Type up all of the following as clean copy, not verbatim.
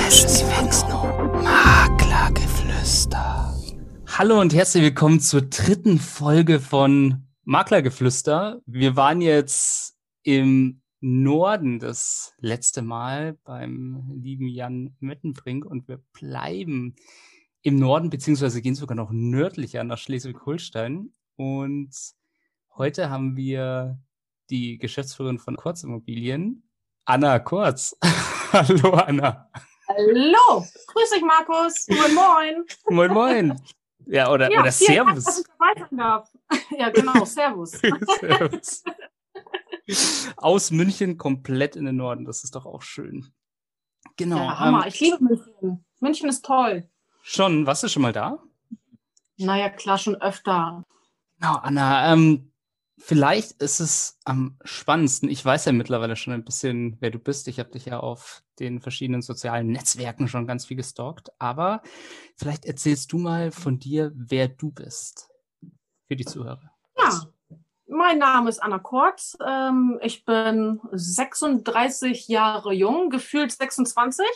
Maklergeflüster. Hallo und herzlich willkommen zur dritten Folge von Maklergeflüster. Wir waren jetzt im Norden das letzte Mal beim lieben Jan Mettenbrink und wir bleiben im Norden, beziehungsweise gehen sogar noch nördlicher nach Schleswig-Holstein. Und heute haben wir die Geschäftsführerin von Kortz Immobilien, Anna Kortz. Hallo Anna. Hallo, grüß dich Markus. Moin moin. Moin moin. Ja, oder Servus. Dank, dass ich dabei sein darf. Ja, genau, Servus. Servus. Aus München komplett in den Norden, das ist doch auch schön. Genau. Ja, Hammer, ich liebe München. München ist toll. Schon, warst du schon mal da? Naja, klar, schon öfter. Genau, Anna, vielleicht ist es am spannendsten. Ich weiß ja mittlerweile schon ein bisschen, wer du bist. Ich habe dich ja auf den verschiedenen sozialen Netzwerken schon ganz viel gestalkt. Aber vielleicht erzählst du mal von dir, wer du bist. Für die Zuhörer. Ja, mein Name ist Anna Kortz. Ich bin 36 Jahre jung, gefühlt 26.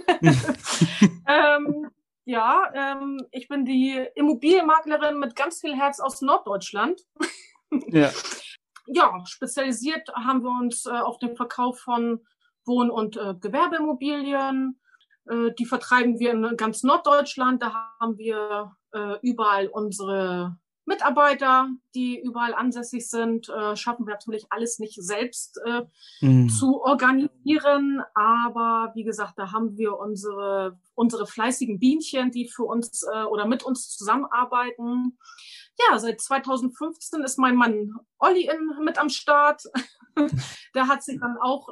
Ich bin die Immobilienmaklerin mit ganz viel Herz aus Norddeutschland. Ja. Ja, spezialisiert haben wir uns auf den Verkauf von Wohn- und Gewerbeimmobilien. Die vertreiben wir in ganz Norddeutschland. Da haben wir überall unsere Mitarbeiter, die überall ansässig sind. Schaffen wir natürlich alles nicht selbst zu organisieren. Aber wie gesagt, da haben wir unsere fleißigen Bienchen, die für uns oder mit uns zusammenarbeiten. Ja, seit 2015 ist mein Mann Olli mit am Start. Der hat sich dann auch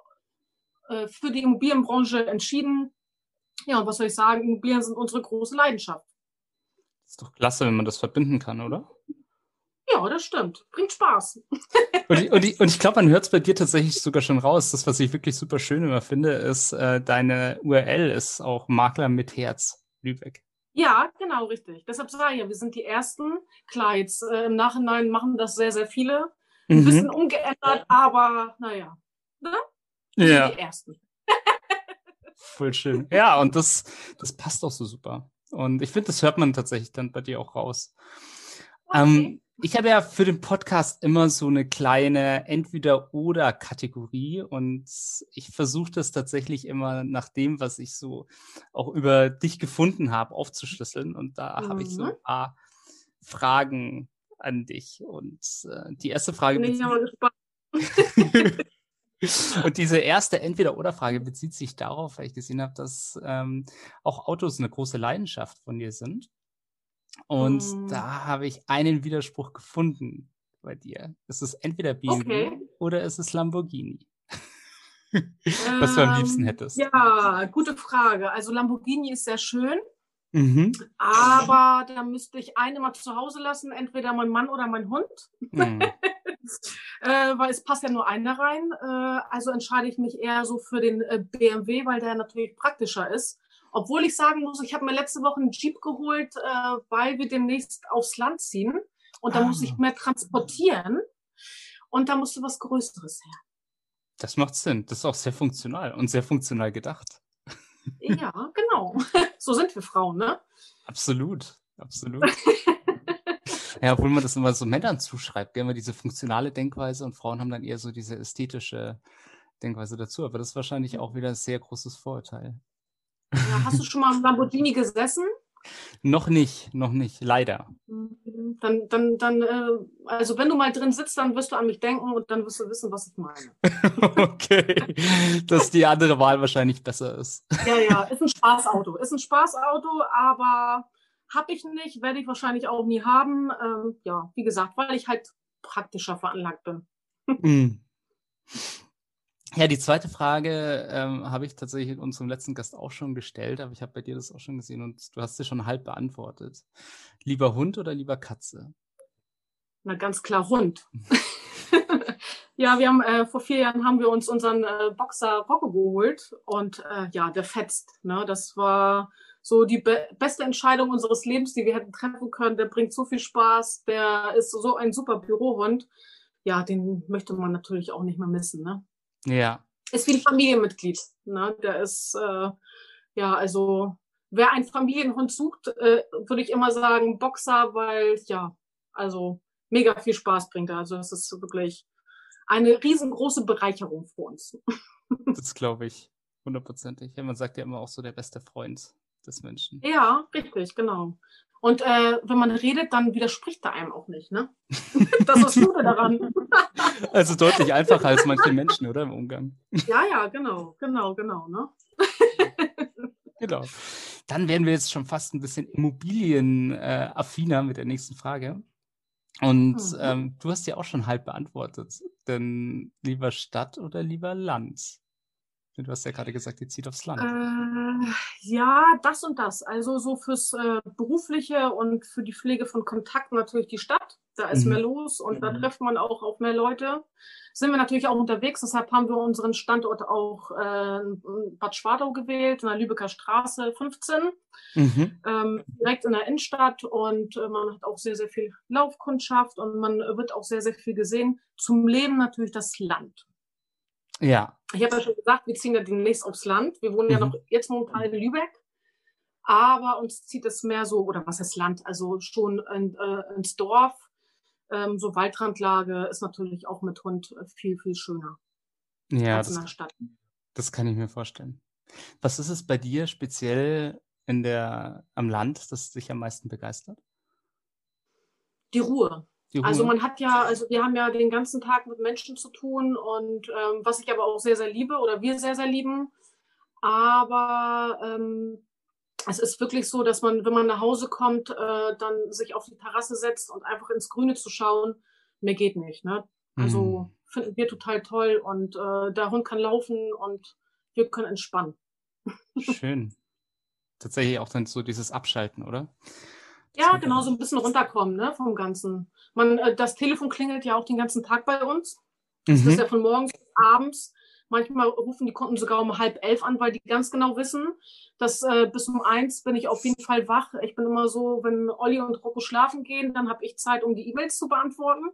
für die Immobilienbranche entschieden. Ja, und was soll ich sagen? Immobilien sind unsere große Leidenschaft. Das ist doch klasse, wenn man das verbinden kann, oder? Ja, das stimmt. Bringt Spaß. Und ich glaube, man hört es bei dir tatsächlich sogar schon raus. Das, was ich wirklich super schön immer finde, ist, deine URL ist auch Makler mit Herz, Lübeck. Ja, genau, richtig. Deshalb sage ich ja, wir sind die Ersten. Klar, jetzt im Nachhinein machen das sehr, sehr viele. Ein bisschen umgeändert, aber naja. Ne? Wir sind die Ersten. Voll schön. Ja, und das passt auch so super. Und ich finde, das hört man tatsächlich dann bei dir auch raus. Okay. Ich habe ja für den Podcast immer so eine kleine Entweder-oder-Kategorie und ich versuche das tatsächlich immer nach dem, was ich so auch über dich gefunden habe, aufzuschlüsseln. Und da habe ich so ein paar Fragen an dich. Und die erste Frage bin ich aber gespannt. Und diese erste Entweder-oder-Frage bezieht sich darauf, weil ich gesehen habe, dass auch Autos eine große Leidenschaft von dir sind. Und da habe ich einen Widerspruch gefunden bei dir. Es ist entweder BMW oder es ist Lamborghini. Was du am liebsten hättest. Ja, gute Frage. Also Lamborghini ist sehr schön, aber da müsste ich einen mal zu Hause lassen, entweder mein Mann oder mein Hund. Weil es passt ja nur einer rein. Also entscheide ich mich eher so für den BMW, weil der natürlich praktischer ist. Obwohl ich sagen muss, ich habe mir letzte Woche einen Jeep geholt, weil wir demnächst aufs Land ziehen. Und da muss ich mehr transportieren. Und da musste was Größeres her. Das macht Sinn. Das ist auch sehr funktional und sehr funktional gedacht. Ja, genau. So sind wir Frauen, ne? Absolut, absolut. Ja, obwohl man das immer so Männern zuschreibt, immer diese funktionale Denkweise und Frauen haben dann eher so diese ästhetische Denkweise dazu. Aber das ist wahrscheinlich auch wieder ein sehr großes Vorurteil. Ja, hast du schon mal im Lamborghini gesessen? Noch nicht, leider. Also wenn du mal drin sitzt, dann wirst du an mich denken und dann wirst du wissen, was ich meine. Okay, dass die andere Wahl wahrscheinlich besser ist. Ja, ist ein Spaßauto, aber habe ich nicht, werde ich wahrscheinlich auch nie haben. Ja, wie gesagt, weil ich halt praktischer veranlagt bin. Ja, die zweite Frage habe ich tatsächlich unserem letzten Gast auch schon gestellt, aber ich habe bei dir das auch schon gesehen und du hast sie schon halb beantwortet. Lieber Hund oder lieber Katze? Na, ganz klar Hund. Ja, wir haben vor 4 Jahren haben wir uns unseren Boxer Rocco geholt und ja, der fetzt. Ne? Das war so die beste Entscheidung unseres Lebens, die wir hätten treffen können. Der bringt so viel Spaß, der ist so ein super Bürohund. Ja, den möchte man natürlich auch nicht mehr missen. Ne? Ja. Ist wie ein Familienmitglied. Ne? Der ist ja, also wer einen Familienhund sucht, würde ich immer sagen Boxer, weil ja, also mega viel Spaß bringt er. Also das ist wirklich eine riesengroße Bereicherung für uns. Das glaube ich 100%. Ja, man sagt ja immer auch so der beste Freund des Menschen. Ja, richtig, genau. Und wenn man redet, dann widerspricht er einem auch nicht, ne? Das ist das Gute daran. Also deutlich einfacher als manche Menschen, oder, im Umgang. Ja, ja, genau, ne? Genau. Dann werden wir jetzt schon fast ein bisschen immobilienaffiner mit der nächsten Frage. Und du hast ja auch schon halb beantwortet. Denn lieber Stadt oder lieber Land? Du hast ja gerade gesagt, ihr zieht aufs Land. Ja, das und das. Also so fürs Berufliche und für die Pflege von Kontakten natürlich die Stadt. Da ist mehr los und da trifft man auch auf mehr Leute. Sind wir natürlich auch unterwegs, deshalb haben wir unseren Standort auch Bad Schwartau gewählt, in der Lübecker Straße 15, direkt in der Innenstadt und man hat auch sehr, sehr viel Laufkundschaft und man wird auch sehr, sehr viel gesehen. Zum Leben natürlich das Land. Ja. Ich habe ja schon gesagt, wir ziehen ja demnächst aufs Land. Wir wohnen ja noch jetzt momentan in Lübeck, aber uns zieht es mehr so, oder was heißt Land, also schon ins Dorf. So Waldrandlage ist natürlich auch mit Hund viel, viel schöner als in der Stadt. Das kann ich mir vorstellen. Was ist es bei dir speziell am Land, das dich am meisten begeistert? Die Ruhe. Also man hat ja, also wir haben ja den ganzen Tag mit Menschen zu tun und was ich aber auch sehr, sehr liebe oder wir sehr, sehr lieben. Aber es ist wirklich so, dass man, wenn man nach Hause kommt, dann sich auf die Terrasse setzt und einfach ins Grüne zu schauen, mehr geht nicht. Ne? Also finden wir total toll und der Hund kann laufen und wir können entspannen. Schön. Tatsächlich auch dann so dieses Abschalten, oder? Ja, genau, so ein bisschen runterkommen, ne, vom Ganzen. Das Telefon klingelt ja auch den ganzen Tag bei uns. Das ist ja von morgens bis abends. Manchmal rufen die Kunden sogar um 10:30 an, weil die ganz genau wissen, dass bis um 1 bin ich auf jeden Fall wach. Ich bin immer so, wenn Olli und Rocco schlafen gehen, dann habe ich Zeit, um die E-Mails zu beantworten.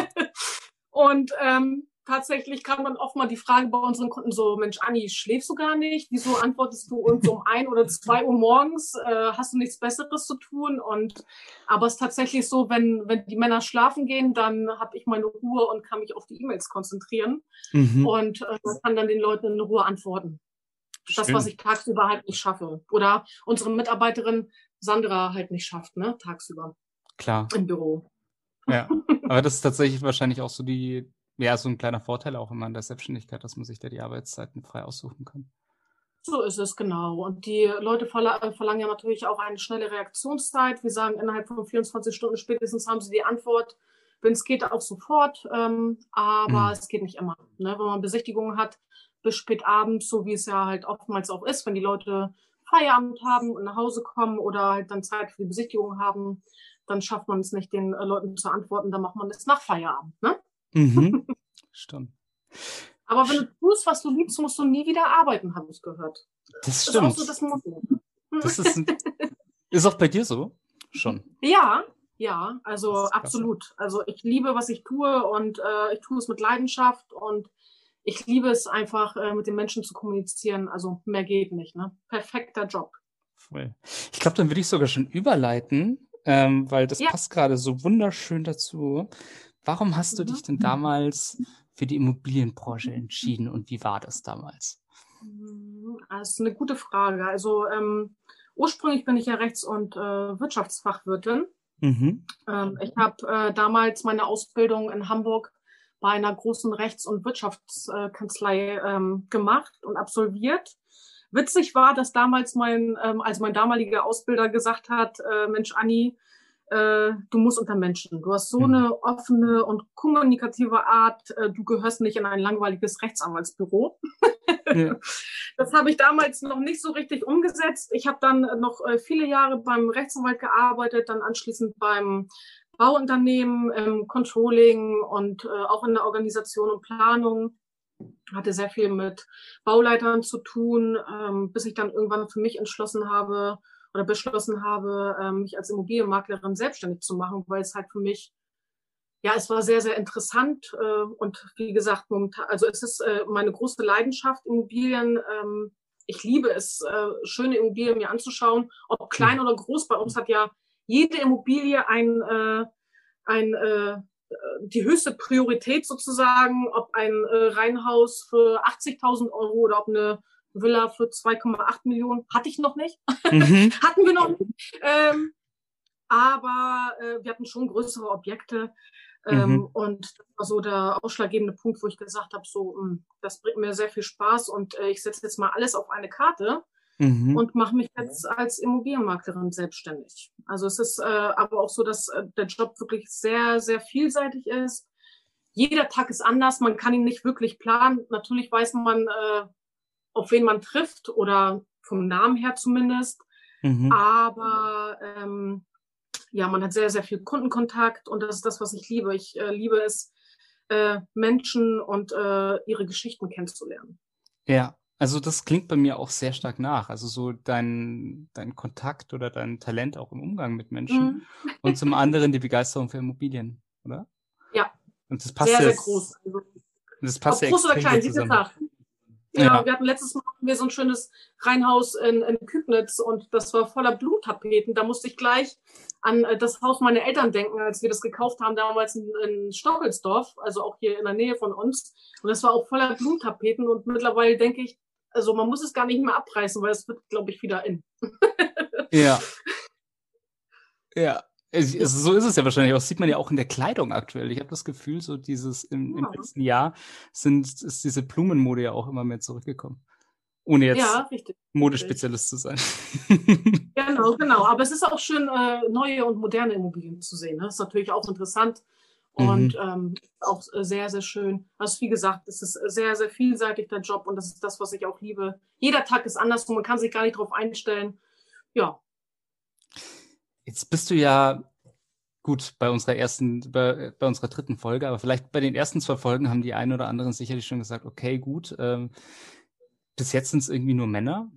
Und tatsächlich kam dann oft mal die Frage bei unseren Kunden so, Mensch, Anni, schläfst du gar nicht? Wieso antwortest du uns um 1 oder 2 Uhr morgens? Hast du nichts Besseres zu tun? Aber es ist tatsächlich so, wenn die Männer schlafen gehen, dann habe ich meine Ruhe und kann mich auf die E-Mails konzentrieren und kann dann den Leuten in Ruhe antworten. Das, was ich tagsüber halt nicht schaffe. Oder unsere Mitarbeiterin Sandra halt nicht schafft, ne, tagsüber. Klar. Im Büro. Ja, aber das ist tatsächlich wahrscheinlich auch so so ein kleiner Vorteil auch immer an der Selbstständigkeit, dass man sich da die Arbeitszeiten frei aussuchen kann. So ist es, genau. Und die Leute verlangen ja natürlich auch eine schnelle Reaktionszeit. Wir sagen, innerhalb von 24 Stunden spätestens haben sie die Antwort. Wenn es geht, auch sofort. Aber es geht nicht immer. Ne? Wenn man Besichtigungen hat, bis spät abends, so wie es ja halt oftmals auch ist, wenn die Leute Feierabend haben und nach Hause kommen oder halt dann Zeit für die Besichtigung haben, dann schafft man es nicht, den Leuten zu antworten. Dann macht man es nach Feierabend. Ne? Stimmt. Aber wenn du tust, was du liebst, musst du nie wieder arbeiten, habe ich gehört. Das stimmt. Ist auch so das Motto. Das ist auch bei dir so? Schon. Ja, also absolut. Also ich liebe, was ich tue und ich tue es mit Leidenschaft und ich liebe es einfach, mit den Menschen zu kommunizieren. Also mehr geht nicht, ne? Perfekter Job. Voll. Ich glaube, dann würde ich sogar schon überleiten, weil das passt gerade so wunderschön dazu. Warum hast du dich denn damals für die Immobilienbranche entschieden und wie war das damals? Das ist eine gute Frage. Also ursprünglich bin ich ja Rechts- und Wirtschaftsfachwirtin. Ich habe damals meine Ausbildung in Hamburg bei einer großen Rechts- und Wirtschaftskanzlei gemacht und absolviert. Witzig war, dass damals mein damaliger Ausbilder gesagt hat, Mensch, Anni, du musst unter Menschen. Du hast so eine offene und kommunikative Art. Du gehörst nicht in ein langweiliges Rechtsanwaltsbüro. Ja. Das habe ich damals noch nicht so richtig umgesetzt. Ich habe dann noch viele Jahre beim Rechtsanwalt gearbeitet, dann anschließend beim Bauunternehmen, im Controlling und auch in der Organisation und Planung. Hatte sehr viel mit Bauleitern zu tun, bis ich dann irgendwann für mich beschlossen habe, mich als Immobilienmaklerin selbstständig zu machen, weil es halt für mich, ja, es war sehr, sehr interessant und wie gesagt, momentan, also es ist meine große Leidenschaft, Immobilien ich liebe es, schöne Immobilien mir anzuschauen, ob klein oder groß. Bei uns hat ja jede Immobilie die höchste Priorität sozusagen, ob ein Reihenhaus für 80.000 Euro oder ob eine Villa für 2,8 Millionen. Hatte ich noch nicht. Hatten wir noch nicht. Aber wir hatten schon größere Objekte. Und das war so der ausschlaggebende Punkt, wo ich gesagt habe, so, das bringt mir sehr viel Spaß und ich setze jetzt mal alles auf eine Karte und mache mich jetzt als Immobilienmaklerin selbstständig. Also es ist aber auch so, dass der Job wirklich sehr, sehr vielseitig ist. Jeder Tag ist anders, man kann ihn nicht wirklich planen. Natürlich weiß man, auf wen man trifft oder vom Namen her zumindest. Aber ja, man hat sehr, sehr viel Kundenkontakt und das ist das, was ich liebe. Ich liebe es, Menschen und ihre Geschichten kennenzulernen. Ja, also das klingt bei mir auch sehr stark nach. Also so dein Kontakt oder dein Talent auch im Umgang mit Menschen und zum anderen die Begeisterung für Immobilien, oder? Ja, und das passt sehr, ja, sehr groß. Also, das passt ja ob groß oder extrem klein, gut wie zusammen. gesagt. Ja, wir hatten letztes Mal so ein schönes Reihenhaus in Kübnitz und das war voller Blumentapeten. Da musste ich gleich an das Haus meiner Eltern denken, als wir das gekauft haben, damals in Stockelsdorf, also auch hier in der Nähe von uns. Und das war auch voller Blumentapeten und mittlerweile denke ich, also man muss es gar nicht mehr abreißen, weil es wird, glaube ich, wieder in. Ja. Ja. Also so ist es ja wahrscheinlich auch. Das sieht man ja auch in der Kleidung aktuell. Ich habe das Gefühl, so im letzten Jahr ist diese Blumenmode ja auch immer mehr zurückgekommen. Ohne jetzt Modespezialist zu sein. Genau. Aber es ist auch schön, neue und moderne Immobilien zu sehen. Das ist natürlich auch interessant und auch sehr, sehr schön. Also wie gesagt, es ist sehr, sehr vielseitig, der Job, und das ist das, was ich auch liebe. Jeder Tag ist anders und man kann sich gar nicht darauf einstellen. Ja. Jetzt bist du ja gut bei unserer dritten Folge, aber vielleicht bei den ersten 2 Folgen haben die einen oder anderen sicherlich schon gesagt, okay, gut, bis jetzt sind es irgendwie nur Männer.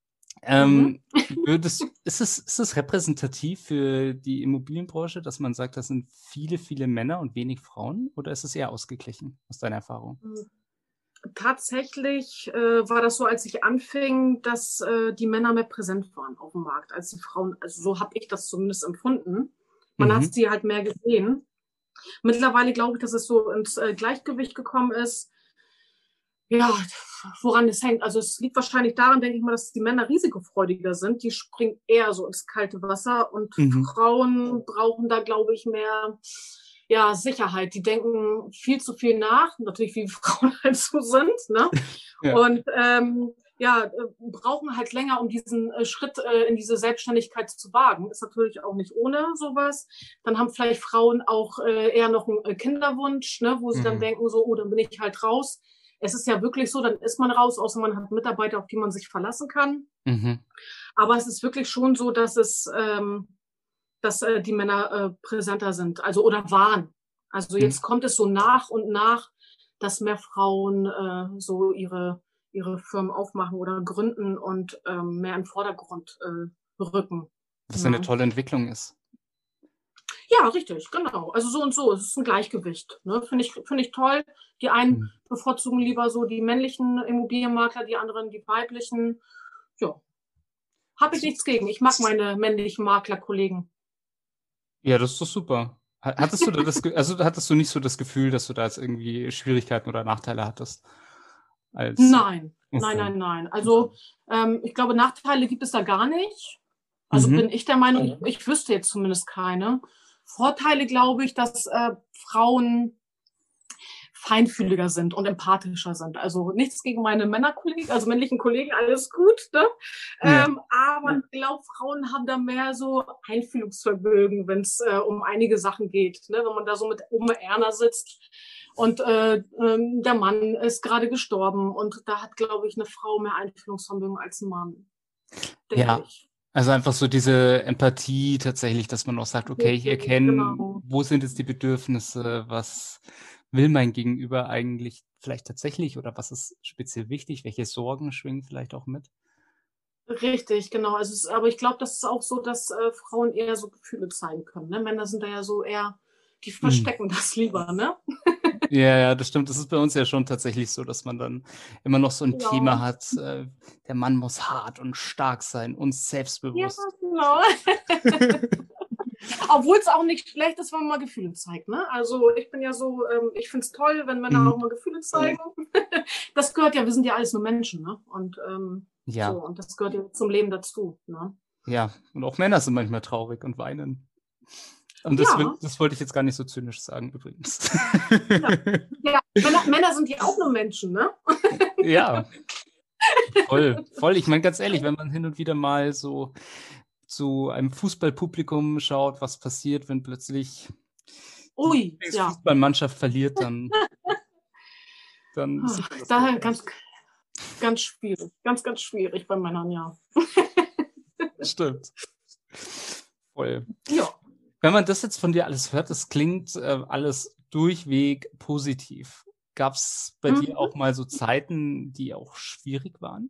Ist es repräsentativ für die Immobilienbranche, dass man sagt, das sind viele, viele Männer und wenig Frauen, oder ist es eher ausgeglichen aus deiner Erfahrung? Tatsächlich war das so, als ich anfing, dass die Männer mehr präsent waren auf dem Markt als die Frauen. Also so habe ich das zumindest empfunden. Man hat sie halt mehr gesehen. Mittlerweile glaube ich, dass es so ins Gleichgewicht gekommen ist. Ja, woran es hängt. Also es liegt wahrscheinlich daran, denke ich mal, dass die Männer risikofreudiger sind. Die springen eher so ins kalte Wasser und Frauen brauchen da, glaube ich, mehr Sicherheit. Die denken viel zu viel nach, natürlich wie Frauen halt so sind, ne? Ja. Und brauchen halt länger, um diesen Schritt in diese Selbstständigkeit zu wagen. Ist natürlich auch nicht ohne sowas. Dann haben vielleicht Frauen auch eher noch einen Kinderwunsch, ne, wo sie dann denken so, oh, dann bin ich halt raus. Es ist ja wirklich so, dann ist man raus, außer man hat Mitarbeiter, auf die man sich verlassen kann. Aber es ist wirklich schon so, dass die Männer präsenter sind, also oder waren. Also jetzt kommt es so nach und nach, dass mehr Frauen so ihre Firmen aufmachen oder gründen und mehr in den Vordergrund rücken. Was eine tolle Entwicklung ist. Ja, richtig, genau. Also so und so. Es ist ein Gleichgewicht. Ne? Finde ich toll. Die einen bevorzugen lieber so die männlichen Immobilienmakler, die anderen die weiblichen. Ja. Habe ich nichts gegen. Ich mag meine männlichen Maklerkollegen. Ja, das ist doch super. Hattest du nicht so das Gefühl, dass du da jetzt irgendwie Schwierigkeiten oder Nachteile hattest? Nein. Also ich glaube, Nachteile gibt es da gar nicht. Also bin ich der Meinung, ich wüsste jetzt zumindest keine. Vorteile glaube ich, dass Frauen feinfühliger sind und empathischer sind. Also nichts gegen meine Männerkollegen, also männlichen Kollegen, alles gut, ne? Aber ich glaube, Frauen haben da mehr so Einfühlungsvermögen, wenn es um einige Sachen geht. Ne? Wenn man da so mit Oma Erna sitzt und der Mann ist gerade gestorben und da hat, glaube ich, eine Frau mehr Einfühlungsvermögen als ein Mann. Denke ich. Also einfach so diese Empathie tatsächlich, dass man auch sagt, okay, ich erkenne, wo sind jetzt die Bedürfnisse, was will mein Gegenüber eigentlich vielleicht tatsächlich oder was ist speziell wichtig, welche Sorgen schwingen vielleicht auch mit? Richtig, genau. Also aber ich glaube, das ist auch so, dass Frauen eher so Gefühle zeigen können. Ne? Männer sind da ja so eher, die verstecken das lieber, ne? Ja, ja, das stimmt. Das ist bei uns ja schon tatsächlich so, dass man dann immer noch so ein Thema Genau. hat, der Mann muss hart und stark sein und Ja, selbstbewusst. genau. Obwohl es auch nicht schlecht ist, wenn man mal Gefühle zeigt. Ne? Also ich bin ja so, ich finde es toll, wenn Männer auch Mhm. mal Gefühle zeigen. Das gehört ja, wir sind ja alles nur Menschen. Ne? Und so, Ja, und das gehört ja zum Leben dazu. Ne? ja. Und auch Männer sind manchmal traurig und weinen. Und Ja, das wollte ich jetzt gar nicht so zynisch sagen, übrigens. ja. Ja, Männer sind ja auch nur Menschen, ne? Ja, voll, voll. Ich meine, ganz ehrlich, wenn man hin und wieder mal so zu einem Fußballpublikum schaut, was passiert, wenn plötzlich die Ui, ja. Lieblingsfußballmannschaft verliert, dann sieht man das, glaube Daher ich, auch. ganz, ganz schwierig. Ganz, ganz schwierig bei Männern, ja. Das stimmt. Voll. Ja. Wenn man das jetzt von dir alles hört, das klingt alles durchweg positiv. Gab es bei dir Mhm. auch mal so Zeiten, die auch schwierig waren?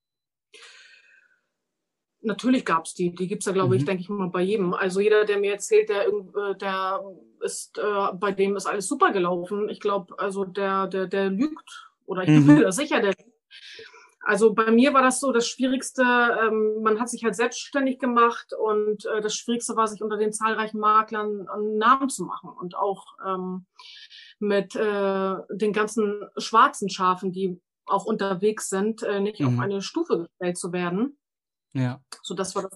Natürlich gab es die. Die gibt es ja, glaube ich, Mhm. denke ich mal, bei jedem. Also jeder, der mir erzählt, der ist, bei dem ist alles super gelaufen. Ich glaube, also der lügt. Oder ich bin mir Mhm. da sicher, der. Also bei mir war das so das Schwierigste, man hat sich halt selbstständig gemacht und das Schwierigste war, sich unter den zahlreichen Maklern einen Namen zu machen und auch mit den ganzen schwarzen Schafen, die auch unterwegs sind, nicht auf Mhm. eine Stufe gestellt zu werden. Ja. So, das war das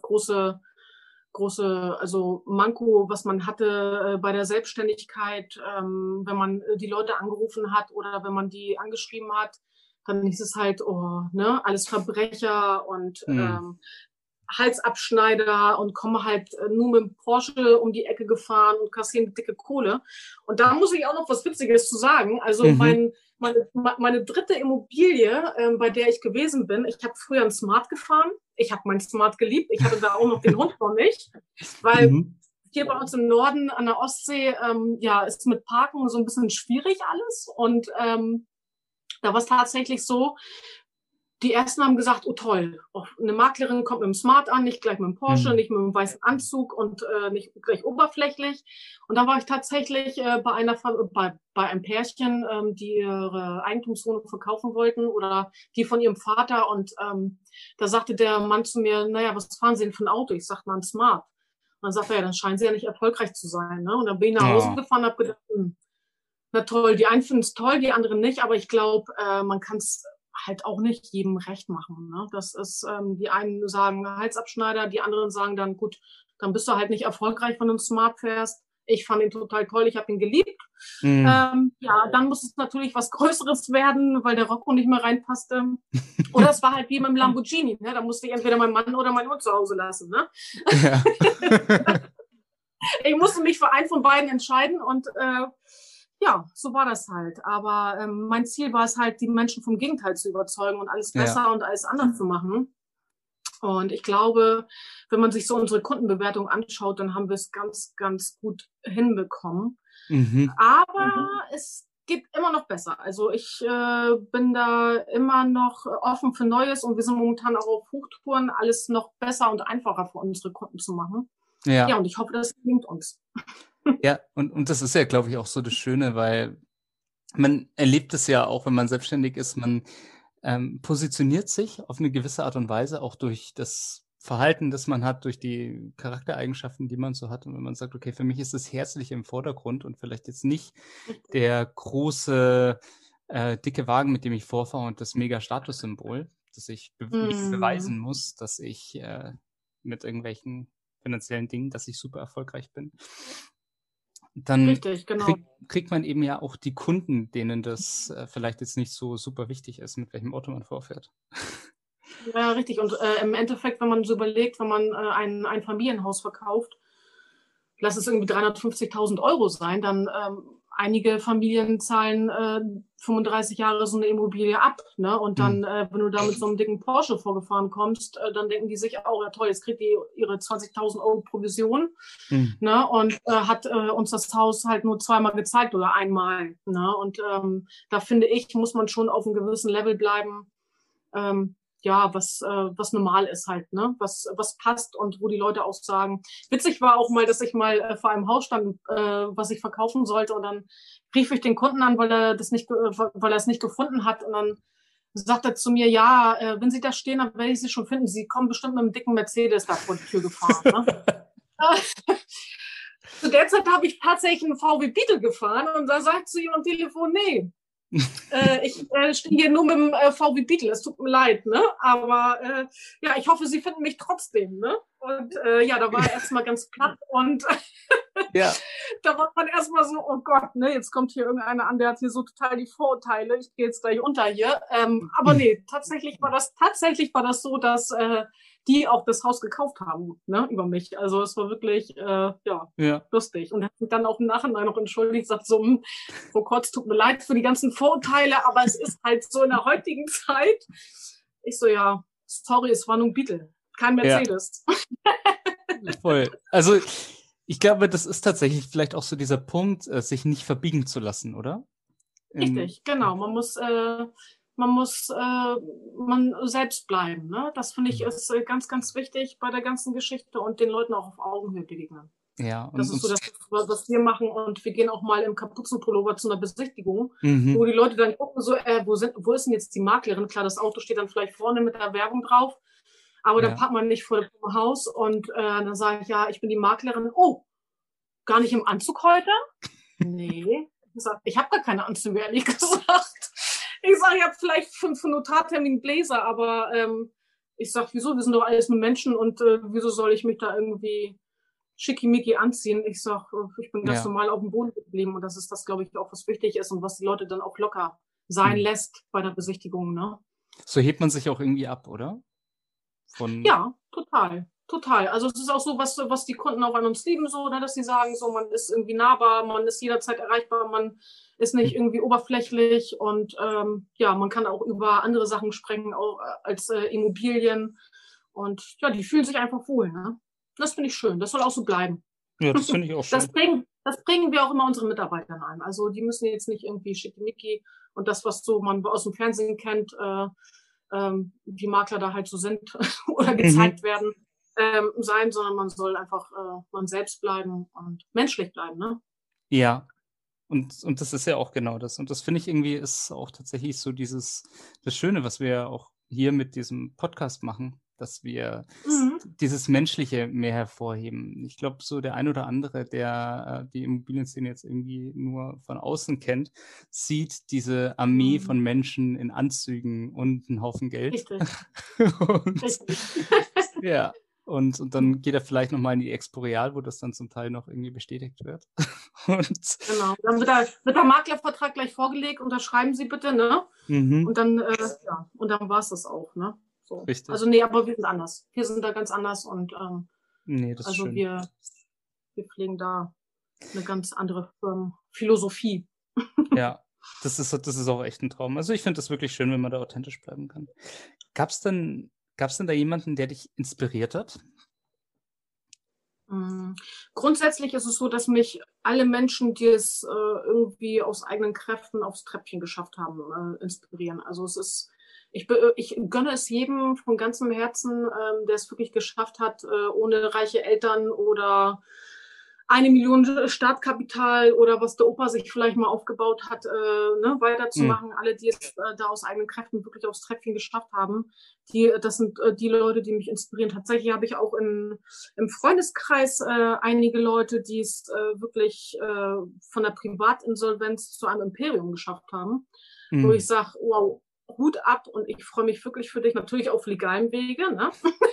große, also Manko, was man hatte bei der Selbstständigkeit, wenn man die Leute angerufen hat oder wenn man die angeschrieben hat, dann hieß es halt, oh, ne, alles Verbrecher und Mhm. Halsabschneider und komme halt nur mit dem Porsche um die Ecke gefahren und kassieren dicke Kohle. Und da muss ich auch noch was Witziges zu sagen. Also Mhm. meine dritte Immobilie, bei der ich gewesen bin, ich habe früher ein Smart gefahren. Ich habe mein Smart geliebt. Ich hatte da auch noch den Hund noch nicht, weil Mhm. hier bei uns im Norden an der Ostsee, ja, ist mit Parken so ein bisschen schwierig alles. Und da war es tatsächlich so, die ersten haben gesagt, oh toll, oh, eine Maklerin kommt mit dem Smart an, nicht gleich mit dem Porsche, Mhm. nicht mit dem weißen Anzug und nicht gleich oberflächlich. Und da war ich tatsächlich bei einem Pärchen, die ihre Eigentumswohnung verkaufen wollten oder die von ihrem Vater. Und da sagte der Mann zu mir, naja, was fahren Sie denn für ein Auto? Ich sagte mal ein Smart. Und dann sagte er, ja, dann scheinen Sie ja nicht erfolgreich zu sein. Ne? Und dann bin ich nach Hause Oh. gefahren und habe gedacht, na toll, die einen finden es toll, die anderen nicht, aber ich glaube, man kann es halt auch nicht jedem recht machen. Ne? Das ist, die einen sagen Halsabschneider, die anderen sagen dann, gut, dann bist du halt nicht erfolgreich, wenn du einen Smart fährst. Ich fand ihn total toll, ich habe ihn geliebt. Mhm. Ja, dann muss es natürlich was Größeres werden, weil der Rocco nicht mehr reinpasste. Oder es war halt wie mit dem Lamborghini. Ne? Da musste ich entweder meinen Mann oder meinen Hund zu Hause lassen. Ne? Ja. Ich musste mich für einen von beiden entscheiden und ja, so war das halt. Aber mein Ziel war es halt, die Menschen vom Gegenteil zu überzeugen und alles Ja. besser und alles anders zu machen. Und ich glaube, wenn man sich so unsere Kundenbewertung anschaut, dann haben wir es ganz, ganz gut hinbekommen. Mhm. Aber es geht immer noch besser. Also ich bin da immer noch offen für Neues und wir sind momentan auch auf Hochtouren, alles noch besser und einfacher für unsere Kunden zu machen. Ja, Ja. und ich hoffe, das gelingt uns. Ja, und das ist ja, glaube ich, auch so das Schöne, weil man erlebt es ja auch, wenn man selbstständig ist, man positioniert sich auf eine gewisse Art und Weise, auch durch das Verhalten, das man hat, durch die Charaktereigenschaften, die man so hat. Und wenn man sagt, okay, für mich ist das Herzliche im Vordergrund und vielleicht jetzt nicht der große, dicke Wagen, mit dem ich vorfahre und das mega Statussymbol, dass ich mir Hm, beweisen muss, dass ich mit irgendwelchen finanziellen Dingen, dass ich super erfolgreich bin, dann richtig, genau. kriegt man eben ja auch die Kunden, denen das vielleicht jetzt nicht so super wichtig ist, mit welchem Auto man vorfährt. Ja, richtig. Und im Endeffekt, wenn man so überlegt, wenn man ein Familienhaus verkauft, lass es irgendwie 350.000 Euro sein, dann einige Familien zahlen 35 Jahre so eine Immobilie ab. Ne? Und Hm. dann, wenn du da mit so einem dicken Porsche vorgefahren kommst, dann denken die sich auch, ja toll, jetzt kriegt die ihre 20.000 Euro Provision. Hm. Ne? Und hat uns das Haus halt nur zweimal gezeigt oder einmal. Ne? Und da finde ich, muss man schon auf einem gewissen Level bleiben. was normal ist halt, ne? Was passt und wo die Leute auch sagen. Witzig war auch mal, dass ich mal vor einem Haus stand, was ich verkaufen sollte und dann rief ich den Kunden an, weil er es nicht gefunden hat und dann sagt er zu mir, ja, wenn Sie da stehen, dann werde ich Sie schon finden. Sie kommen bestimmt mit einem dicken Mercedes da vor die Tür gefahren. Ne? Zu der Zeit habe ich tatsächlich einen VW Beetle gefahren und da sagt zu ihm am Telefon, nee, ich stehe hier nur mit dem VW Beetle, es tut mir leid, ne? Aber ja, ich hoffe, Sie finden mich trotzdem, ne? Und ja, da war er erstmal ganz platt und Ja. da war man erstmal so, oh Gott, ne, jetzt kommt hier irgendeiner an, der hat hier so total die Vorurteile, ich gehe jetzt gleich unter hier. Aber nee, tatsächlich war das so, dass die auch das Haus gekauft haben, ne, über mich. Also es war wirklich, lustig. Und hat sich dann auch im Nachhinein noch entschuldigt, sagt so, Frau Kotz, tut mir leid für die ganzen Vorurteile, aber es ist halt so in der heutigen Zeit. Ich so, ja, sorry, es war nur ein Beetle, kein Mercedes. Ja. Voll. Also ich glaube, das ist tatsächlich vielleicht auch so dieser Punkt, sich nicht verbiegen zu lassen, oder? Richtig, genau. Man selbst bleiben. Ne? Das finde ich ist ganz, ganz wichtig bei der ganzen Geschichte und den Leuten auch auf Augenhöhe begegnen. Ja, das ist so das, was wir machen und wir gehen auch mal im Kapuzenpullover zu einer Besichtigung, wo die Leute dann gucken, so, wo ist denn jetzt die Maklerin? Klar, das Auto steht dann vielleicht vorne mit der Werbung drauf, aber dann packt man nicht vor dem Haus und dann sage ich, ja, ich bin die Maklerin. Oh, gar nicht im Anzug heute? Nee. Ich habe gar keine Anzüge, ehrlich gesagt. Ich sage, ich habe vielleicht für einen Notartermin Bläser, aber ich sage, wieso? Wir sind doch alles nur Menschen und wieso soll ich mich da irgendwie schickimicki anziehen? Ich sage, ich bin ganz normal auf dem Boden geblieben und das ist das, glaube ich, auch was wichtig ist und was die Leute dann auch locker sein lässt bei der Besichtigung. Ne? So hebt man sich auch irgendwie ab, oder? Ja, total. Total. Also es ist auch so, was die Kunden auch an uns lieben, so, ne, dass sie sagen, so, man ist irgendwie nahbar, man ist jederzeit erreichbar, man ist nicht irgendwie oberflächlich und man kann auch über andere Sachen sprechen, auch als Immobilien. Und ja, die fühlen sich einfach wohl, ne? Das finde ich schön. Das soll auch so bleiben. Ja, das finde ich auch schön. Das bringen wir auch immer unseren Mitarbeitern ein. Also die müssen jetzt nicht irgendwie schickimicki und das, was so man aus dem Fernsehen kennt, die Makler da halt so sind oder gezeigt werden, sein, sondern man soll einfach man selbst bleiben und menschlich bleiben, ne? Ja. Und das ist ja auch genau das. Und das finde ich irgendwie ist auch tatsächlich so das Schöne, was wir auch hier mit diesem Podcast machen, dass wir dieses Menschliche mehr hervorheben. Ich glaube, so der ein oder andere, der die Immobilienszene jetzt irgendwie nur von außen kennt, sieht diese Armee von Menschen in Anzügen und einen Haufen Geld. Richtig. Richtig. Ja. Und dann geht er vielleicht nochmal in die Exporeal, wo das dann zum Teil noch irgendwie bestätigt wird. Genau. Dann wird der Maklervertrag gleich vorgelegt, unterschreiben Sie bitte, ne? Und dann, und dann war es das auch, ne? So. Richtig. Also nee, aber wir sind anders. Wir sind da ganz anders und das also ist schön. wir pflegen da eine ganz andere Philosophie. Ja, das ist auch echt ein Traum. Also ich finde das wirklich schön, wenn man da authentisch bleiben kann. Gab's denn da jemanden, der dich inspiriert hat? Grundsätzlich ist es so, dass mich alle Menschen, die es irgendwie aus eigenen Kräften aufs Treppchen geschafft haben, inspirieren. Also ich gönne es jedem von ganzem Herzen, der es wirklich geschafft hat, ohne reiche Eltern oder 1 Million Startkapital oder was der Opa sich vielleicht mal aufgebaut hat, weiterzumachen. Alle, die es da aus eigenen Kräften wirklich aufs Treppchen geschafft haben, das sind die Leute, die mich inspirieren. Tatsächlich habe ich auch im Freundeskreis einige Leute, die es wirklich von der Privatinsolvenz zu einem Imperium geschafft haben, wo ich sage, wow, Hut ab und ich freue mich wirklich für dich, natürlich auf legalem Wege. Ne?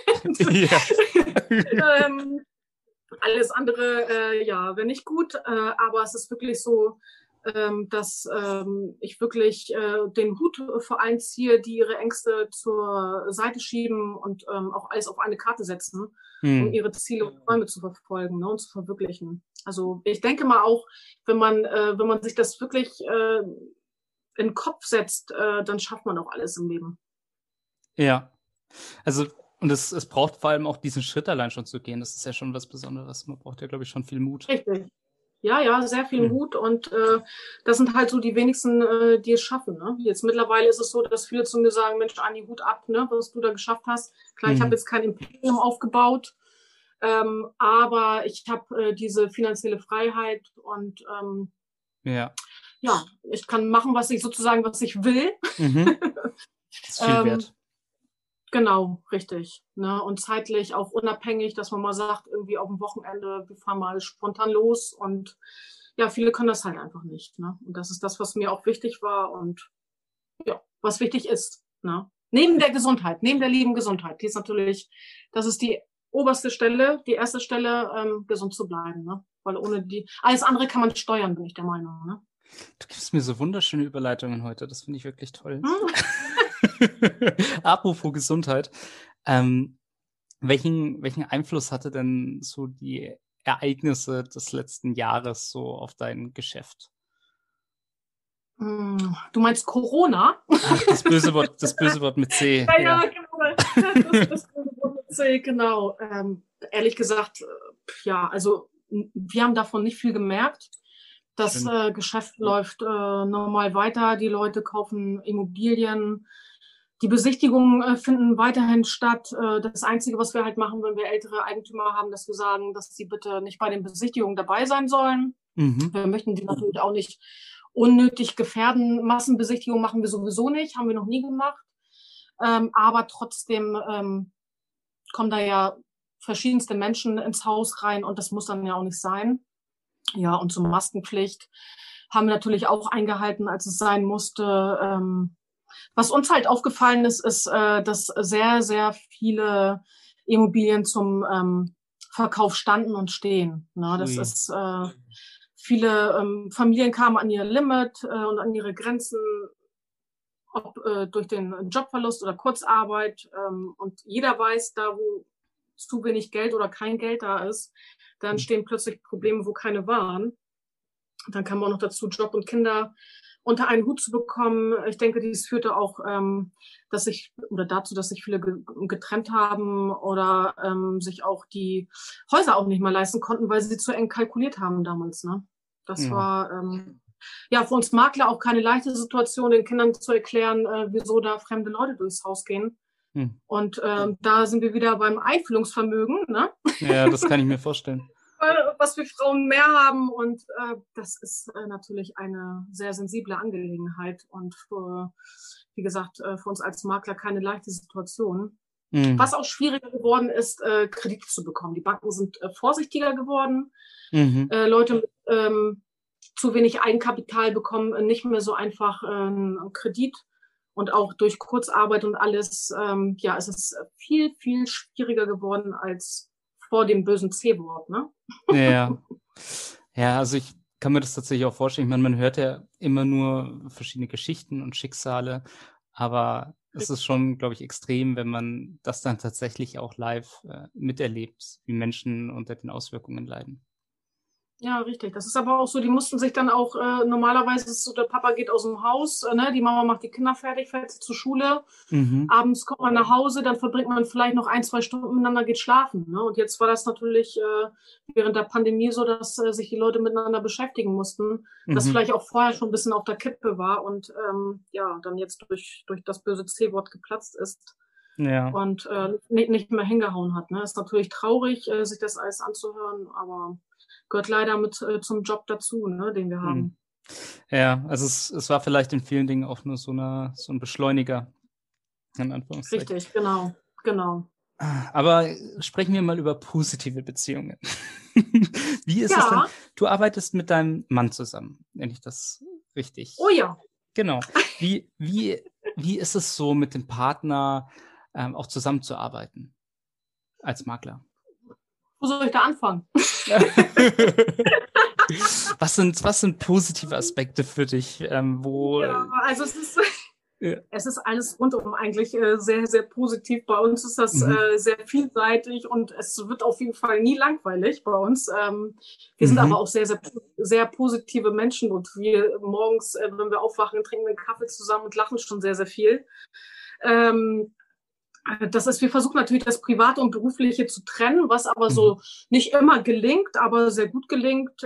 Alles andere, wäre nicht gut, aber es ist wirklich so, dass ich wirklich den Hut vor allen ziehe, die ihre Ängste zur Seite schieben und auch alles auf eine Karte setzen, um ihre Ziele und Träume zu verfolgen, ne, und zu verwirklichen. Also ich denke mal auch, wenn man sich das wirklich in den Kopf setzt, dann schafft man auch alles im Leben. Ja, also und es braucht vor allem auch diesen Schritt allein schon zu gehen. Das ist ja schon was Besonderes. Man braucht ja, glaube ich, schon viel Mut. Richtig. Ja, sehr viel Mut und das sind halt so die wenigsten, die es schaffen. Ne? Jetzt mittlerweile ist es so, dass viele zu mir sagen, Mensch, Anni, Hut ab, ne, was du da geschafft hast. Klar, ich habe jetzt kein Imperium aufgebaut, aber ich habe diese finanzielle Freiheit und ich kann machen, was ich will. Das ist viel wert. Genau, richtig. Ne? Und zeitlich auch unabhängig, dass man mal sagt, irgendwie auf dem Wochenende, wir fahren mal spontan los. Und ja, viele können das halt einfach nicht. Ne? Und das ist das, was mir auch wichtig war und ja, was wichtig ist. Ne? Neben der Gesundheit, neben der lieben Gesundheit. Die ist natürlich, das ist die oberste Stelle, die erste Stelle, gesund zu bleiben. Ne? Weil ohne die, alles andere kann man steuern, bin ich der Meinung. Ne? Du gibst mir so wunderschöne Überleitungen heute. Das finde ich wirklich toll. Apropos Gesundheit. Welchen Einfluss hatte denn so die Ereignisse des letzten Jahres so auf dein Geschäft? Du meinst Corona? Ach, das böse Wort mit C. Ja, genau. Das böse Wort mit C, genau. Ehrlich gesagt, ja, also wir haben davon nicht viel gemerkt. Das Geschäft läuft normal weiter. Die Leute kaufen Immobilien. Die Besichtigungen finden weiterhin statt. Das Einzige, was wir halt machen, wenn wir ältere Eigentümer haben, dass wir sagen, dass sie bitte nicht bei den Besichtigungen dabei sein sollen. Wir möchten die natürlich auch nicht unnötig gefährden. Massenbesichtigungen machen wir sowieso nicht, haben wir noch nie gemacht. Aber trotzdem kommen da ja verschiedenste Menschen ins Haus rein und das muss dann ja auch nicht sein. Ja, und zur Maskenpflicht haben wir natürlich auch eingehalten, als es sein musste. Was uns halt aufgefallen ist, dass sehr, sehr viele Immobilien zum Verkauf standen und stehen. Ne? Das ist viele Familien kamen an ihr Limit und an ihre Grenzen, ob durch den Jobverlust oder Kurzarbeit. Und jeder weiß, da wo zu wenig Geld oder kein Geld da ist, dann stehen plötzlich Probleme, wo keine waren. Dann kam auch noch dazu, Job und Kinder unter einen Hut zu bekommen. Ich denke, dies führte auch dazu, dass sich viele getrennt haben oder sich auch die Häuser auch nicht mehr leisten konnten, weil sie zu eng kalkuliert haben damals. Ne? Das war für uns Makler auch keine leichte Situation, den Kindern zu erklären, wieso da fremde Leute durchs Haus gehen. Und da sind wir wieder beim Einfühlungsvermögen. Ne? Ja, das kann ich mir vorstellen. Was wir Frauen mehr haben und das ist natürlich eine sehr sensible Angelegenheit und wie gesagt, für uns als Makler keine leichte Situation. Was auch schwieriger geworden ist, Kredite zu bekommen. Die Banken sind vorsichtiger geworden. Leute mit zu wenig Eigenkapital bekommen nicht mehr so einfach einen Kredit. Und auch durch Kurzarbeit und alles, es ist viel, viel schwieriger geworden als vor dem bösen C-Wort, ne? Ja, also ich kann mir das tatsächlich auch vorstellen. Ich meine, man hört ja immer nur verschiedene Geschichten und Schicksale, aber es ist schon, glaube ich, extrem, wenn man das dann tatsächlich auch live miterlebt, wie Menschen unter den Auswirkungen leiden. Ja, richtig. Das ist aber auch so, die mussten sich dann auch, normalerweise ist es so, der Papa geht aus dem Haus, ne? Die Mama macht die Kinder fertig, fährt sie zur Schule. Abends kommt man nach Hause, dann verbringt man vielleicht noch 1, 2 Stunden miteinander, geht schlafen. Ne? Und jetzt war das natürlich während der Pandemie so, dass sich die Leute miteinander beschäftigen mussten, das vielleicht auch vorher schon ein bisschen auf der Kippe war und dann jetzt durch das böse C-Wort geplatzt ist. Und nicht mehr hingehauen hat. Ne? Ist natürlich traurig, sich das alles anzuhören, aber gehört leider mit zum Job dazu, ne, den wir haben. Ja, also es war vielleicht in vielen Dingen auch nur so ein Beschleuniger, in Anführungszeichen. Richtig, genau. Aber sprechen wir mal über positive Beziehungen. Wie ist es denn? Du arbeitest mit deinem Mann zusammen, wenn ich das richtig... Oh ja. Genau. Wie ist es so, mit dem Partner auch zusammenzuarbeiten als Makler? Wo soll ich da anfangen? Was sind positive Aspekte für dich? Also es ist alles rundum eigentlich sehr, sehr positiv. Bei uns ist das sehr vielseitig und es wird auf jeden Fall nie langweilig bei uns. Wir sind aber auch sehr, sehr, sehr positive Menschen und wir morgens, wenn wir aufwachen, trinken wir einen Kaffee zusammen und lachen schon sehr, sehr viel. wir versuchen natürlich das Private und Berufliche zu trennen, was aber Mhm. so nicht immer gelingt, aber sehr gut gelingt.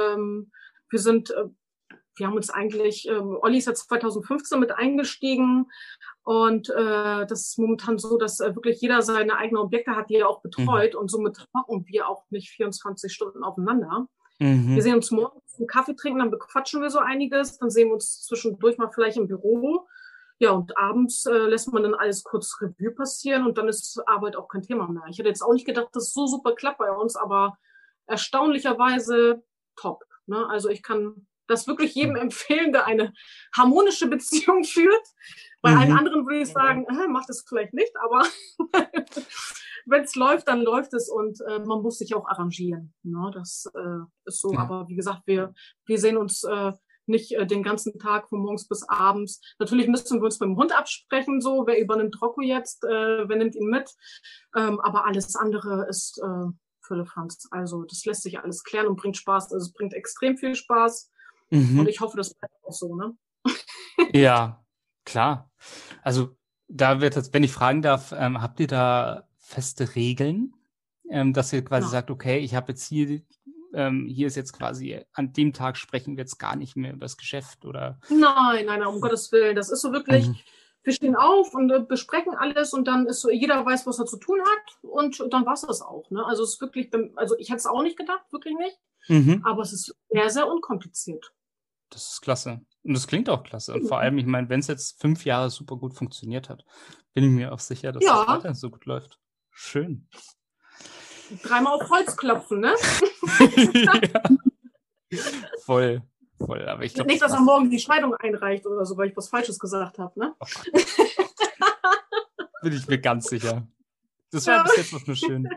Wir haben uns eigentlich, Olli ist jetzt 2015 mit eingestiegen und das ist momentan so, dass wirklich jeder seine eigenen Objekte hat, die er auch Mhm. betreut und somit hocken wir auch nicht 24 Stunden aufeinander. Wir Mhm. sehen uns morgens einen Kaffee trinken, dann bequatschen wir so einiges, dann sehen wir uns zwischendurch mal vielleicht im Büro. Ja, und abends lässt man dann alles kurz Revue passieren und dann ist Arbeit auch kein Thema mehr. Ich hätte jetzt auch nicht gedacht, dass es so super klappt bei uns, aber erstaunlicherweise top. Ne? Also ich kann das wirklich jedem empfehlen, der eine harmonische Beziehung führt. Bei allen Mhm. anderen würde ich sagen, macht es vielleicht nicht, aber wenn es läuft, dann läuft es und man muss sich auch arrangieren. Ne? Das ist so, Ja. aber wie gesagt, wir sehen uns nicht den ganzen Tag von morgens bis abends. Natürlich müssen wir uns mit dem Hund absprechen, so, wer übernimmt Rocco jetzt, wer nimmt ihn mit. Aber alles andere ist Firlefanz. Also das lässt sich alles klären und bringt Spaß. Also es bringt extrem viel Spaß. Und Mhm. ich hoffe, das bleibt auch so, ne? Ja, klar. Also da wird jetzt, wenn ich fragen darf, habt ihr da feste Regeln, dass ihr quasi Ja. sagt, okay, ich habe jetzt hier ist jetzt quasi, an dem Tag sprechen wir jetzt gar nicht mehr über das Geschäft oder? Nein, nein, nein, um Gottes Willen. Das ist so wirklich, Mhm. wir stehen auf und besprechen alles und dann ist so, jeder weiß, was er zu tun hat und dann war es das auch. Ne? Also es ist wirklich, also ich hätte es auch nicht gedacht, wirklich nicht. Mhm. Aber es ist sehr, sehr unkompliziert. Das ist klasse. Und das klingt auch klasse. Und vor allem, ich meine, wenn es jetzt 5 Jahre super gut funktioniert hat, bin ich mir auch sicher, dass das Ja, weiterhin so gut läuft. Schön. dreimal auf Holz klopfen, ne? Ja, voll, voll. Aber ich glaube, Nicht, das dass er passt. morgen die Scheidung einreicht oder so, weil ich was Falsches gesagt habe, ne? Oh Gott, bin ich mir ganz sicher. Das war Ja. bis jetzt noch nur schön.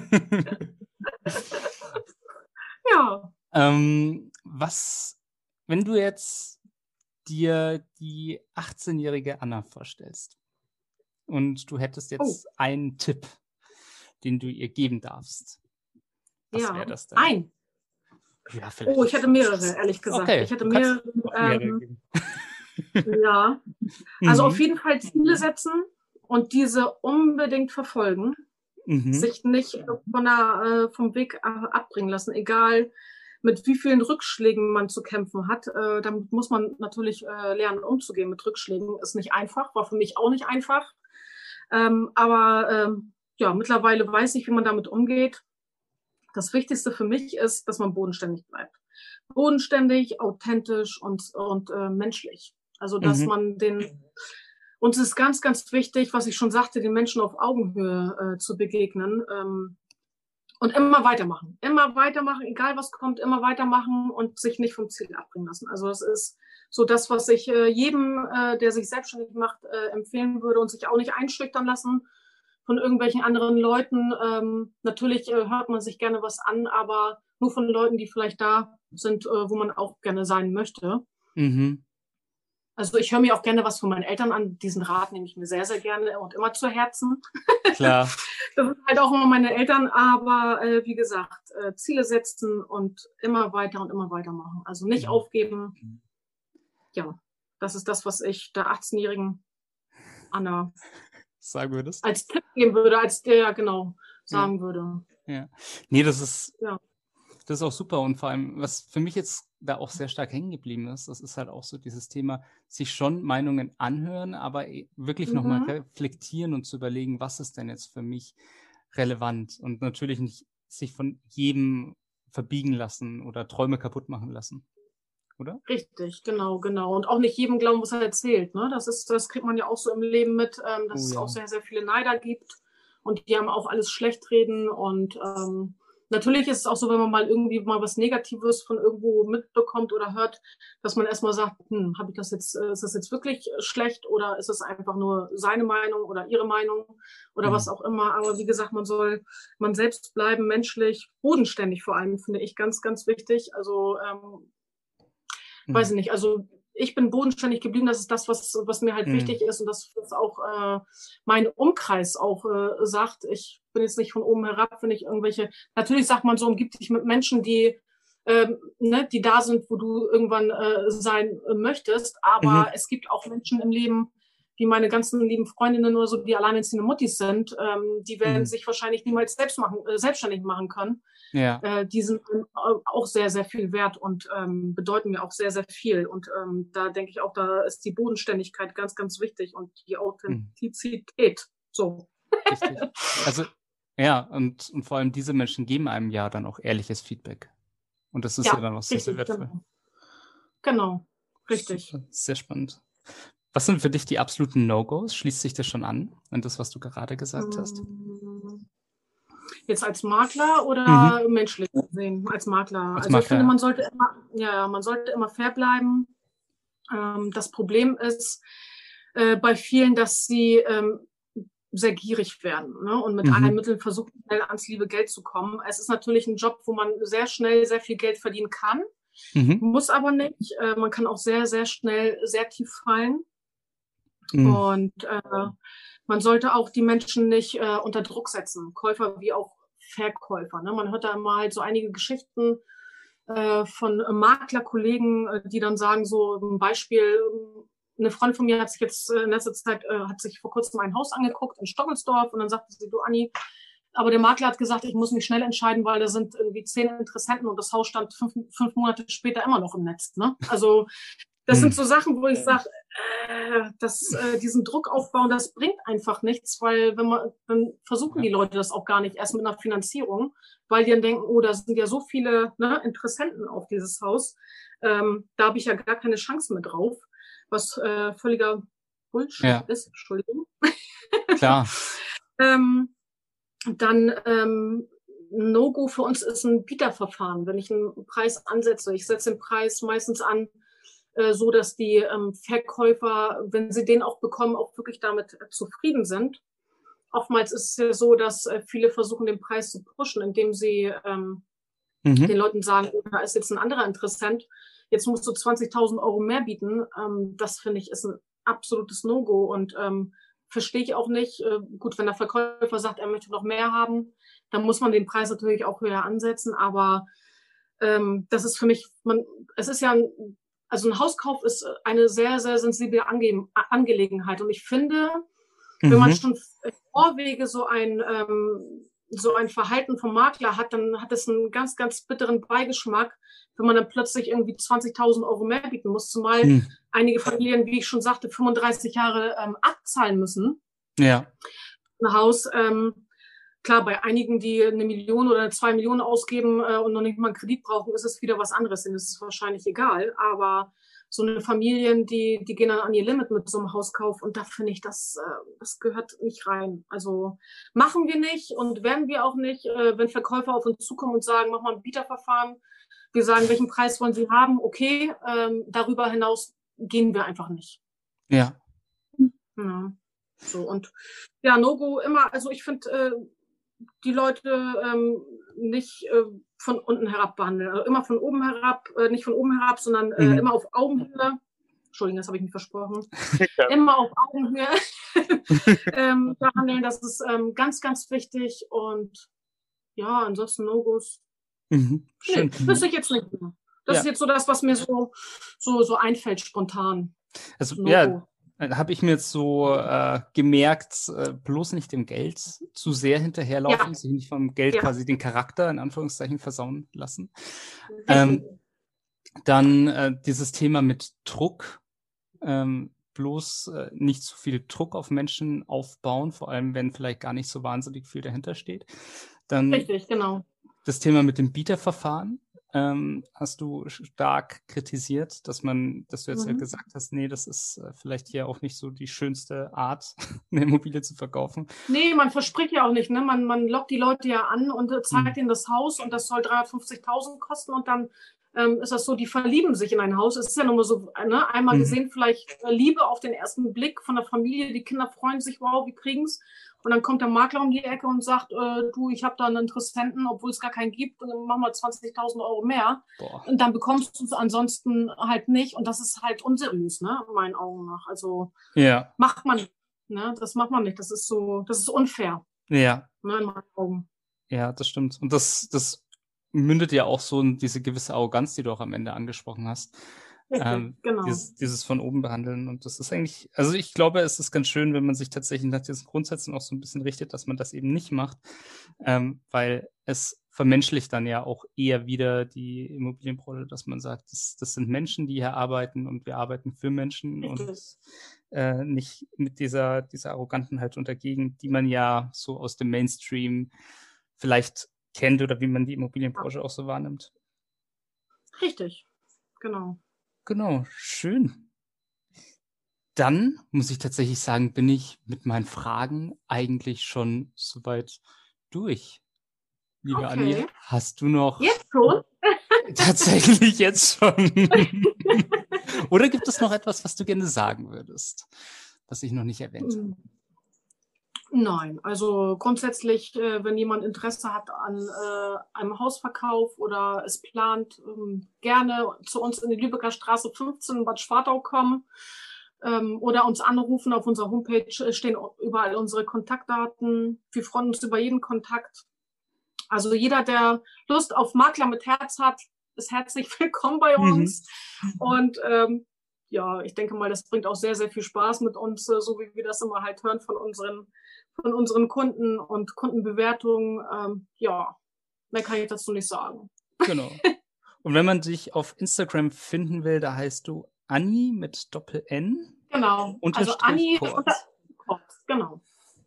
Ja. Was, wenn du jetzt dir die 18-jährige Anna vorstellst und du hättest Oh, jetzt einen Tipp, den du ihr geben darfst, was wäre ja. das denn? Ein. Ja, vielleicht Oh, auch ich hatte zwei. mehrere, ehrlich gesagt. Okay, Ich hatte du kannst mehrere, auch mehrere geben. ja. Also auf Mhm. jeden Fall Ziele setzen und diese unbedingt verfolgen. Mhm. Sich nicht vom Weg abbringen lassen, egal mit wie vielen Rückschlägen man zu kämpfen hat. Damit muss man natürlich lernen, umzugehen mit Rückschlägen. Ist nicht einfach, war für mich auch nicht einfach. Aber ja, mittlerweile weiß ich, wie man damit umgeht. Das Wichtigste für mich ist, dass man bodenständig bleibt. Bodenständig, authentisch und menschlich. Also, dass Mhm. man uns ist ganz, ganz wichtig, was ich schon sagte, den Menschen auf Augenhöhe zu begegnen. Und immer weitermachen, egal was kommt, immer weitermachen und sich nicht vom Ziel abbringen lassen. Also das ist so das, was ich jedem, der sich selbstständig macht, empfehlen würde und sich auch nicht einschüchtern lassen von irgendwelchen anderen Leuten. Natürlich hört man sich gerne was an, aber nur von Leuten, die vielleicht da sind, wo man auch gerne sein möchte. Mhm. Also ich höre mir auch gerne was von meinen Eltern an. Diesen Rat nehme ich mir sehr, sehr gerne und immer zu Herzen. Klar. Das sind halt auch immer meine Eltern, aber wie gesagt, Ziele setzen und immer weiter und immer weitermachen. Also nicht Mhm. aufgeben. Ja, das ist das, was ich der 18-jährigen Anna Sagen wir das? als Tipp geben würde, als der genau Ja. sagen würde. Ja. Nee, das Ja. ist auch super. Und vor allem, was für mich jetzt da auch sehr stark hängen geblieben ist, das ist halt auch so dieses Thema, sich schon Meinungen anhören, aber wirklich nochmal Mhm. reflektieren und zu überlegen, was ist denn jetzt für mich relevant? Und natürlich nicht sich von jedem verbiegen lassen oder Träume kaputt machen lassen, oder? Richtig, genau, genau. Und auch nicht jedem glauben, was er erzählt. Ne? Das kriegt man ja auch so im Leben mit, dass Oh es auch ja. sehr, sehr viele Neider gibt und die haben auch alles schlecht reden. Und natürlich ist es auch so, wenn man mal irgendwie mal was Negatives von irgendwo mitbekommt oder hört, dass man erstmal sagt, habe ich das jetzt, ist das jetzt wirklich schlecht oder ist es einfach nur seine Meinung oder ihre Meinung oder was Mhm. auch immer. Aber wie gesagt, man soll man selbst bleiben, menschlich, bodenständig vor allem, finde ich ganz, ganz wichtig. Also weiß Mhm. ich nicht, also ich bin bodenständig geblieben, das ist das, was mir halt Mhm. wichtig ist und das, was auch mein Umkreis auch sagt. Ich bin jetzt nicht von oben herab, wenn ich irgendwelche, natürlich sagt man so, umgib dich mit Menschen, die ne, die da sind, wo du irgendwann sein möchtest, aber Mhm. es gibt auch Menschen im Leben, wie meine ganzen lieben Freundinnen oder so, die alleinerziehende Muttis sind, die werden sich wahrscheinlich niemals selbstständig machen können. Ja. Die sind auch sehr, sehr viel wert und bedeuten mir auch sehr, sehr viel. Und da denke ich auch, da ist die Bodenständigkeit ganz, ganz wichtig und die Authentizität. So. Richtig. Also, ja, und vor allem diese Menschen geben einem ja dann auch ehrliches Feedback. Und das ist ja dann auch sehr, sehr wertvoll. Genau, richtig. Super, sehr spannend. Was sind für dich die absoluten No-Gos? Schließt sich das schon an das, was du gerade gesagt hast? Jetzt als Makler oder menschlich gesehen? Als Makler. Als also Makler, ich finde, man sollte immer fair bleiben. Das Problem ist bei vielen, dass sie sehr gierig werden, ne? Und mit allen Mitteln versuchen, schnell ans liebe Geld zu kommen. Es ist natürlich ein Job, wo man sehr schnell sehr viel Geld verdienen kann, muss aber nicht. Man kann auch sehr, sehr schnell sehr tief fallen. Und man sollte auch die Menschen nicht unter Druck setzen, Käufer wie auch Verkäufer. Ne? Man hört da mal halt so einige Geschichten von Maklerkollegen, die dann sagen, so ein Beispiel, eine Freundin von mir hat sich jetzt in letzter Zeit, hat sich vor kurzem ein Haus angeguckt in Stockelsdorf und dann sagte sie, du Anni, aber der Makler hat gesagt, ich muss mich schnell entscheiden, weil da sind irgendwie 10 Interessenten und das Haus stand 5 Monate später immer noch im Netz. Ne? Also das sind so Sachen, wo ich sage, diesen Druck aufbauen, das bringt einfach nichts, weil dann versuchen die Leute das auch gar nicht erst mit einer Finanzierung, weil die dann denken, oh, da sind ja so viele Interessenten auf dieses Haus, da habe ich ja gar keine Chance mehr drauf, was völliger Bullshit ist, Entschuldigung. Klar. Dann No-Go für uns ist ein Bieterverfahren. Wenn ich einen Preis ansetze, ich setze den Preis meistens an, so dass die Verkäufer, wenn sie den auch bekommen, auch wirklich damit zufrieden sind. Oftmals ist es ja so, dass viele versuchen, den Preis zu pushen, indem sie den Leuten sagen, oh, da ist jetzt ein anderer Interessent, jetzt musst du 20.000 Euro mehr bieten. Das finde ich ist ein absolutes No-Go und verstehe ich auch nicht. Gut, wenn der Verkäufer sagt, er möchte noch mehr haben, dann muss man den Preis natürlich auch höher ansetzen, aber das ist für mich, es ist ja also ein Hauskauf ist eine sehr, sehr sensible Angelegenheit. Und ich finde, wenn man schon im Vorwege so ein Verhalten vom Makler hat, dann hat es einen ganz, ganz bitteren Beigeschmack, wenn man dann plötzlich irgendwie 20.000 Euro mehr bieten muss, zumal einige Familien, wie ich schon sagte, 35 Jahre abzahlen müssen. Ja. Ein Haus, klar, bei einigen, die 1 Million oder 2 Millionen ausgeben und noch nicht mal einen Kredit brauchen, ist es wieder was anderes. Denen ist es wahrscheinlich egal. Aber so eine Familien, die gehen dann an ihr Limit mit so einem Hauskauf. Und da finde ich, das gehört nicht rein. Also machen wir nicht und werden wir auch nicht, wenn Verkäufer auf uns zukommen und sagen, mach mal ein Bieterverfahren. Wir sagen, welchen Preis wollen Sie haben? Okay, darüber hinaus gehen wir einfach nicht. Ja. Ja. So, und ja, No-Go immer, also ich finde, die Leute nicht von unten herab behandeln. Also immer von oben herab, nicht von oben herab, sondern immer auf Augenhöhe. Entschuldigung, das habe ich nicht versprochen. Ja. Immer auf Augenhöhe behandeln. Das ist ganz, ganz wichtig. Und ja, ansonsten No-Gos. Schön. Nee, wüsste ich jetzt nicht mehr. Das ist jetzt so das, was mir so einfällt spontan. Also No-Go. Habe ich mir jetzt so gemerkt, bloß nicht dem Geld zu sehr hinterherlaufen, sich nicht vom Geld quasi den Charakter in Anführungszeichen versauen lassen. Dann dieses Thema mit Druck, bloß nicht zu viel Druck auf Menschen aufbauen, vor allem wenn vielleicht gar nicht so wahnsinnig viel dahinter steht. Dann richtig, genau. Das Thema mit dem Bieterverfahren. Hast du stark kritisiert, dass du jetzt halt gesagt hast, nee, das ist vielleicht hier auch nicht so die schönste Art, eine Immobilie zu verkaufen. Nee, man verspricht ja auch nicht, ne? Man lockt die Leute ja an und zeigt ihnen das Haus und das soll 350.000 kosten und dann ist das so, die verlieben sich in ein Haus. Es ist ja nur mal so, ne? Einmal gesehen, vielleicht Liebe auf den ersten Blick von der Familie, die Kinder freuen sich, wow, wir kriegen's. Und dann kommt der Makler um die Ecke und sagt, du, ich habe da einen Interessenten, obwohl es gar keinen gibt, und dann machen wir 20.000 Euro mehr. Boah. Und dann bekommst du es ansonsten halt nicht. Und das ist halt unseriös, ne, in meinen Augen nach. Also macht man nicht, ne? Das macht man nicht. Das ist unfair. Ja. Ne, in meinen Augen. Ja, das stimmt. Und das mündet ja auch so in diese gewisse Arroganz, die du auch am Ende angesprochen hast. Genau. Dieses von oben behandeln. Und das ist eigentlich, also ich glaube, es ist ganz schön, wenn man sich tatsächlich nach diesen Grundsätzen auch so ein bisschen richtet, dass man das eben nicht macht, weil es vermenschlicht dann ja auch eher wieder die Immobilienbranche, dass man sagt, das sind Menschen, die hier arbeiten und wir arbeiten für Menschen und nicht mit dieser arroganten Haltung dagegen, die man ja so aus dem Mainstream vielleicht kennt oder wie man die Immobilienbranche auch so wahrnimmt. Richtig, genau. Genau, schön. Dann muss ich tatsächlich sagen, bin ich mit meinen Fragen eigentlich schon soweit durch. Liebe Anni, hast du noch... Jetzt schon? Tatsächlich jetzt schon. Oder gibt es noch etwas, was du gerne sagen würdest, was ich noch nicht erwähnt habe? Nein, also grundsätzlich, wenn jemand Interesse hat an einem Hausverkauf oder es plant, gerne zu uns in die Lübecker Straße 15 in Bad Schwartau kommen oder uns anrufen. Auf unserer Homepage stehen überall unsere Kontaktdaten. Wir freuen uns über jeden Kontakt. Also jeder, der Lust auf Makler mit Herz hat, ist herzlich willkommen bei uns. Und ja, ich denke mal, das bringt auch sehr, sehr viel Spaß mit uns, so wie wir das immer halt hören von unseren Kunden und Kundenbewertungen. Ja, mehr kann ich dazu nicht sagen. Genau. Und wenn man dich auf Instagram finden will, da heißt du Anni mit Doppel-N. Genau. Also Anni Kortz. Genau.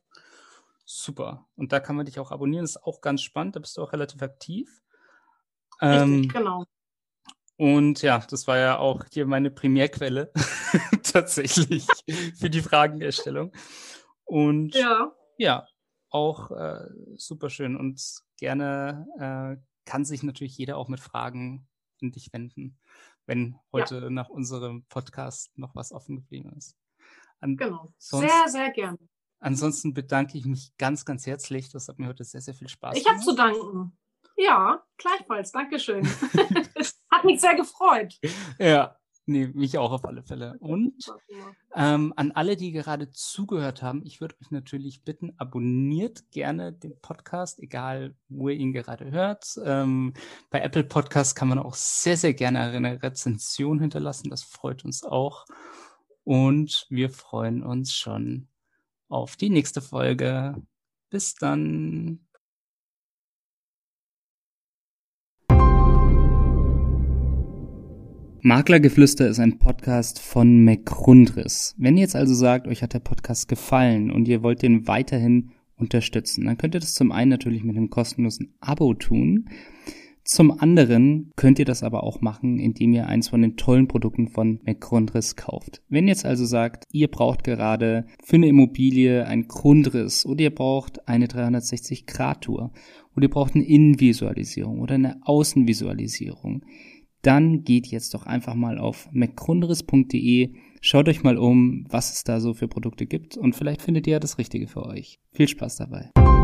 Super. Und da kann man dich auch abonnieren. Das ist auch ganz spannend. Da bist du auch relativ aktiv. Richtig, genau. Und ja, das war ja auch hier meine Primärquelle tatsächlich für die Fragenerstellung. Und ja auch super schön. Und gerne kann sich natürlich jeder auch mit Fragen an dich wenden, wenn heute nach unserem Podcast noch was offen geblieben ist. Genau. Sehr, sehr gerne. Ansonsten bedanke ich mich ganz, ganz herzlich. Das hat mir heute sehr, sehr viel Spaß gemacht. Ich habe zu danken. Ja, gleichfalls. Dankeschön. Hat mich sehr gefreut. Ja, nee, mich auch auf alle Fälle. Und an alle, die gerade zugehört haben, ich würde euch natürlich bitten, abonniert gerne den Podcast, egal wo ihr ihn gerade hört. Bei Apple Podcast kann man auch sehr, sehr gerne eine Rezension hinterlassen. Das freut uns auch. Und wir freuen uns schon auf die nächste Folge. Bis dann. Maklergeflüster ist ein Podcast von McGrundriss. Wenn ihr jetzt also sagt, euch hat der Podcast gefallen und ihr wollt den weiterhin unterstützen, dann könnt ihr das zum einen natürlich mit einem kostenlosen Abo tun. Zum anderen könnt ihr das aber auch machen, indem ihr eins von den tollen Produkten von McGrundriss kauft. Wenn ihr jetzt also sagt, ihr braucht gerade für eine Immobilie einen Grundriss oder ihr braucht eine 360-Grad-Tour oder ihr braucht eine Innenvisualisierung oder eine Außenvisualisierung, dann geht jetzt doch einfach mal auf mcgrundriss.de, schaut euch mal um, was es da so für Produkte gibt und vielleicht findet ihr ja das Richtige für euch. Viel Spaß dabei.